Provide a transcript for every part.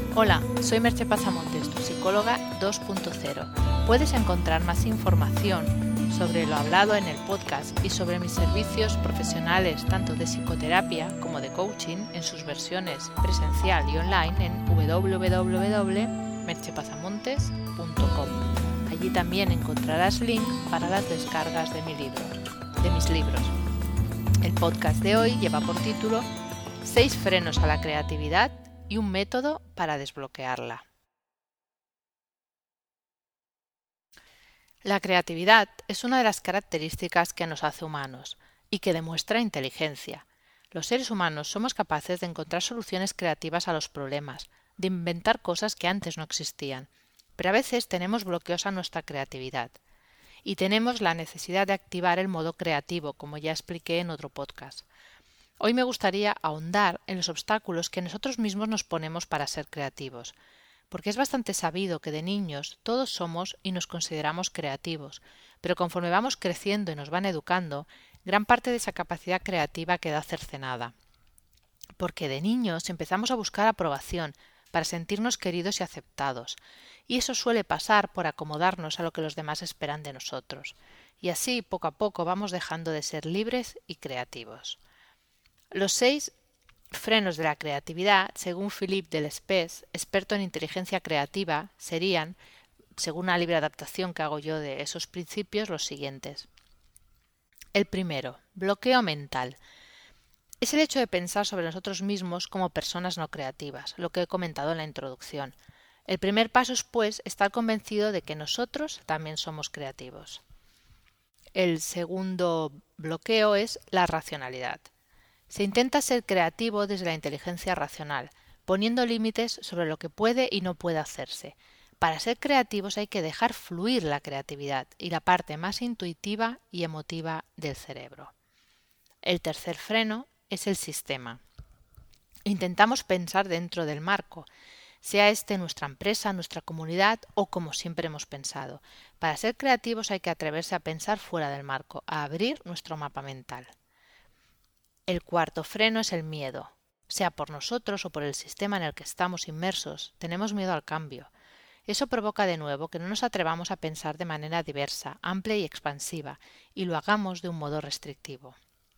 Hola, soy Merche Pasamontes, tu psicóloga 2.0. Puedes encontrar más información sobre lo hablado en el podcast y sobre mis servicios profesionales tanto de psicoterapia como de coaching en sus versiones presencial y online en www.merchepasamontes.com. Allí también encontrarás link para las descargas de mis libros. El podcast de hoy lleva por título 6 frenos a la creatividad y un método para desbloquearla. La creatividad es una de las características que nos hace humanos y que demuestra inteligencia. Los seres humanos somos capaces de encontrar soluciones creativas a los problemas, de inventar cosas que antes no existían, pero a veces tenemos bloqueos a nuestra creatividad y tenemos la necesidad de activar el modo creativo, como ya expliqué en otro podcast. Hoy me gustaría ahondar en los obstáculos que nosotros mismos nos ponemos para ser creativos, porque es bastante sabido que de niños todos somos y nos consideramos creativos, pero conforme vamos creciendo y nos van educando, gran parte de esa capacidad creativa queda cercenada. Porque de niños empezamos a buscar aprobación para sentirnos queridos y aceptados, y eso suele pasar por acomodarnos a lo que los demás esperan de nosotros, y así poco a poco vamos dejando de ser libres y creativos. Los 6 frenos de la creatividad, según Philippe Delespes, experto en inteligencia creativa, serían, según una libre adaptación que hago yo de esos principios, los siguientes. El primero, bloqueo mental. Es el hecho de pensar sobre nosotros mismos como personas no creativas, lo que he comentado en la introducción. El primer paso es, pues, estar convencido de que nosotros también somos creativos. El segundo bloqueo es la racionalidad. Se intenta ser creativo desde la inteligencia racional, poniendo límites sobre lo que puede y no puede hacerse. Para ser creativos hay que dejar fluir la creatividad y la parte más intuitiva y emotiva del cerebro. El tercer freno es el sistema. Intentamos pensar dentro del marco, sea este nuestra empresa, nuestra comunidad o como siempre hemos pensado. Para ser creativos hay que atreverse a pensar fuera del marco, a abrir nuestro mapa mental. El cuarto freno es el miedo. Sea por nosotros o por el sistema en el que estamos inmersos, tenemos miedo al cambio. Eso provoca de nuevo que no nos atrevamos a pensar de manera diversa, amplia y expansiva, y lo hagamos de un modo restrictivo.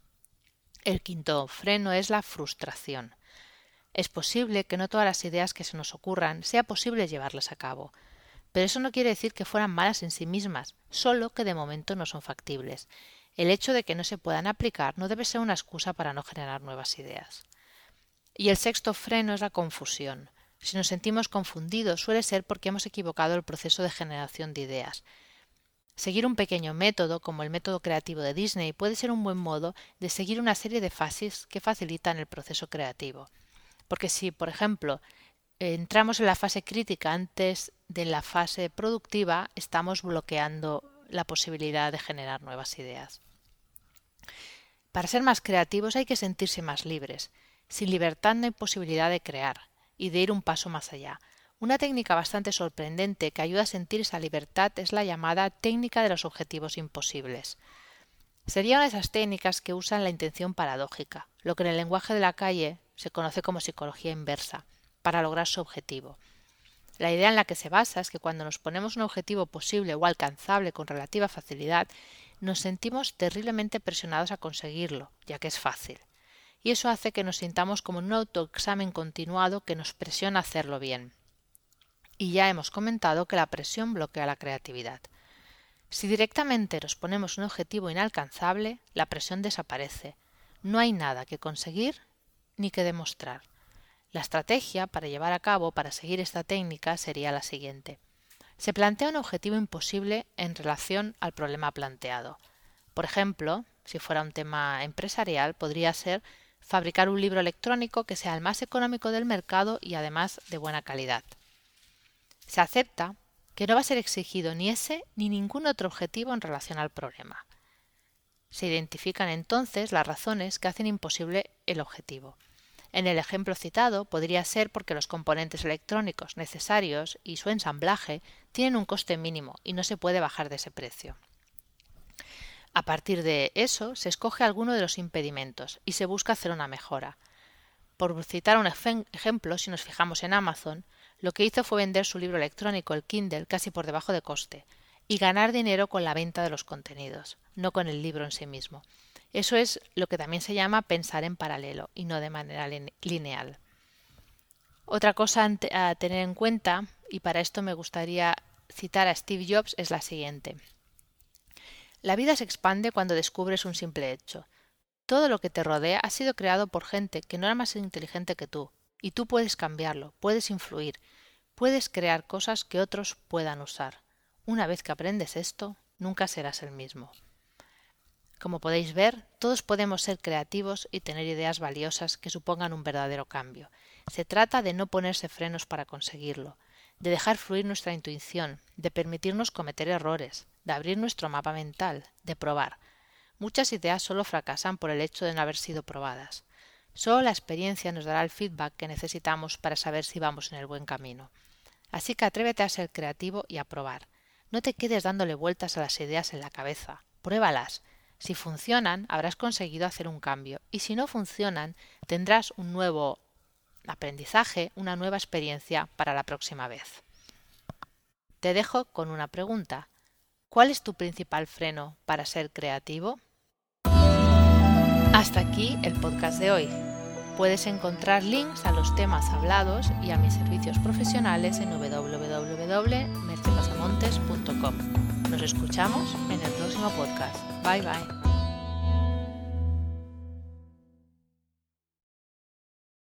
El quinto freno es la frustración. Es posible que no todas las ideas que se nos ocurran sea posible llevarlas a cabo, pero eso no quiere decir que fueran malas en sí mismas, solo que de momento no son factibles. El hecho de que no se puedan aplicar no debe ser una excusa para no generar nuevas ideas. Y el sexto freno es la confusión. Si nos sentimos confundidos suele ser porque hemos equivocado el proceso de generación de ideas. Seguir un pequeño método, como el método creativo de Disney, puede ser un buen modo de seguir una serie de fases que facilitan el proceso creativo. Porque si, por ejemplo, entramos en la fase crítica antes de la fase productiva, estamos bloqueando la posibilidad de generar nuevas ideas. Para ser más creativos hay que sentirse más libres. Sin libertad no hay posibilidad de crear y de ir un paso más allá. Una técnica bastante sorprendente que ayuda a sentir esa libertad es la llamada técnica de los objetivos imposibles. Sería una de esas técnicas que usan la intención paradójica, lo que en el lenguaje de la calle se conoce como psicología inversa, para lograr su objetivo. La idea en la que se basa es que cuando nos ponemos un objetivo posible o alcanzable con relativa facilidad, nos sentimos terriblemente presionados a conseguirlo, ya que es fácil. Y eso hace que nos sintamos como en un autoexamen continuado que nos presiona a hacerlo bien. Y ya hemos comentado que la presión bloquea la creatividad. Si directamente nos ponemos un objetivo inalcanzable, la presión desaparece. No hay nada que conseguir ni que demostrar. La estrategia para seguir esta técnica sería la siguiente. Se plantea un objetivo imposible en relación al problema planteado. Por ejemplo, si fuera un tema empresarial, podría ser fabricar un libro electrónico que sea el más económico del mercado y además de buena calidad. Se acepta que no va a ser exigido ni ese ni ningún otro objetivo en relación al problema. Se identifican entonces las razones que hacen imposible el objetivo. En el ejemplo citado podría ser porque los componentes electrónicos necesarios y su ensamblaje tienen un coste mínimo y no se puede bajar de ese precio. A partir de eso se escoge alguno de los impedimentos y se busca hacer una mejora. Por citar un ejemplo, si nos fijamos en Amazon, Lo que hizo fue vender su libro electrónico, el Kindle, casi por debajo de coste, y ganar dinero con la venta de los contenidos, no con el libro en sí mismo. Eso es lo que también se llama pensar en paralelo y no de manera lineal. Otra cosa a tener en cuenta, y para esto me gustaría citar a Steve Jobs, es la siguiente. La vida se expande cuando descubres un simple hecho. Todo lo que te rodea ha sido creado por gente que no era más inteligente que tú, y tú puedes cambiarlo, puedes influir, puedes crear cosas que otros puedan usar. Una vez que aprendes esto, nunca serás el mismo. Como podéis ver, todos podemos ser creativos y tener ideas valiosas que supongan un verdadero cambio. Se trata de no ponerse frenos para conseguirlo, de dejar fluir nuestra intuición, de permitirnos cometer errores, de abrir nuestro mapa mental, de probar. Muchas ideas solo fracasan por el hecho de no haber sido probadas. Solo la experiencia nos dará el feedback que necesitamos para saber si vamos en el buen camino. Así que atrévete a ser creativo y a probar. No te quedes dándole vueltas a las ideas en la cabeza. Pruébalas. Si funcionan, habrás conseguido hacer un cambio, y si no funcionan, tendrás un nuevo aprendizaje, una nueva experiencia para la próxima vez. Te dejo con una pregunta. ¿Cuál es tu principal freno para ser creativo? Hasta aquí el podcast de hoy. Puedes encontrar links a los temas hablados y a mis servicios profesionales en www.mercepasamontes.com. Nos escuchamos en el próximo podcast. Bye bye.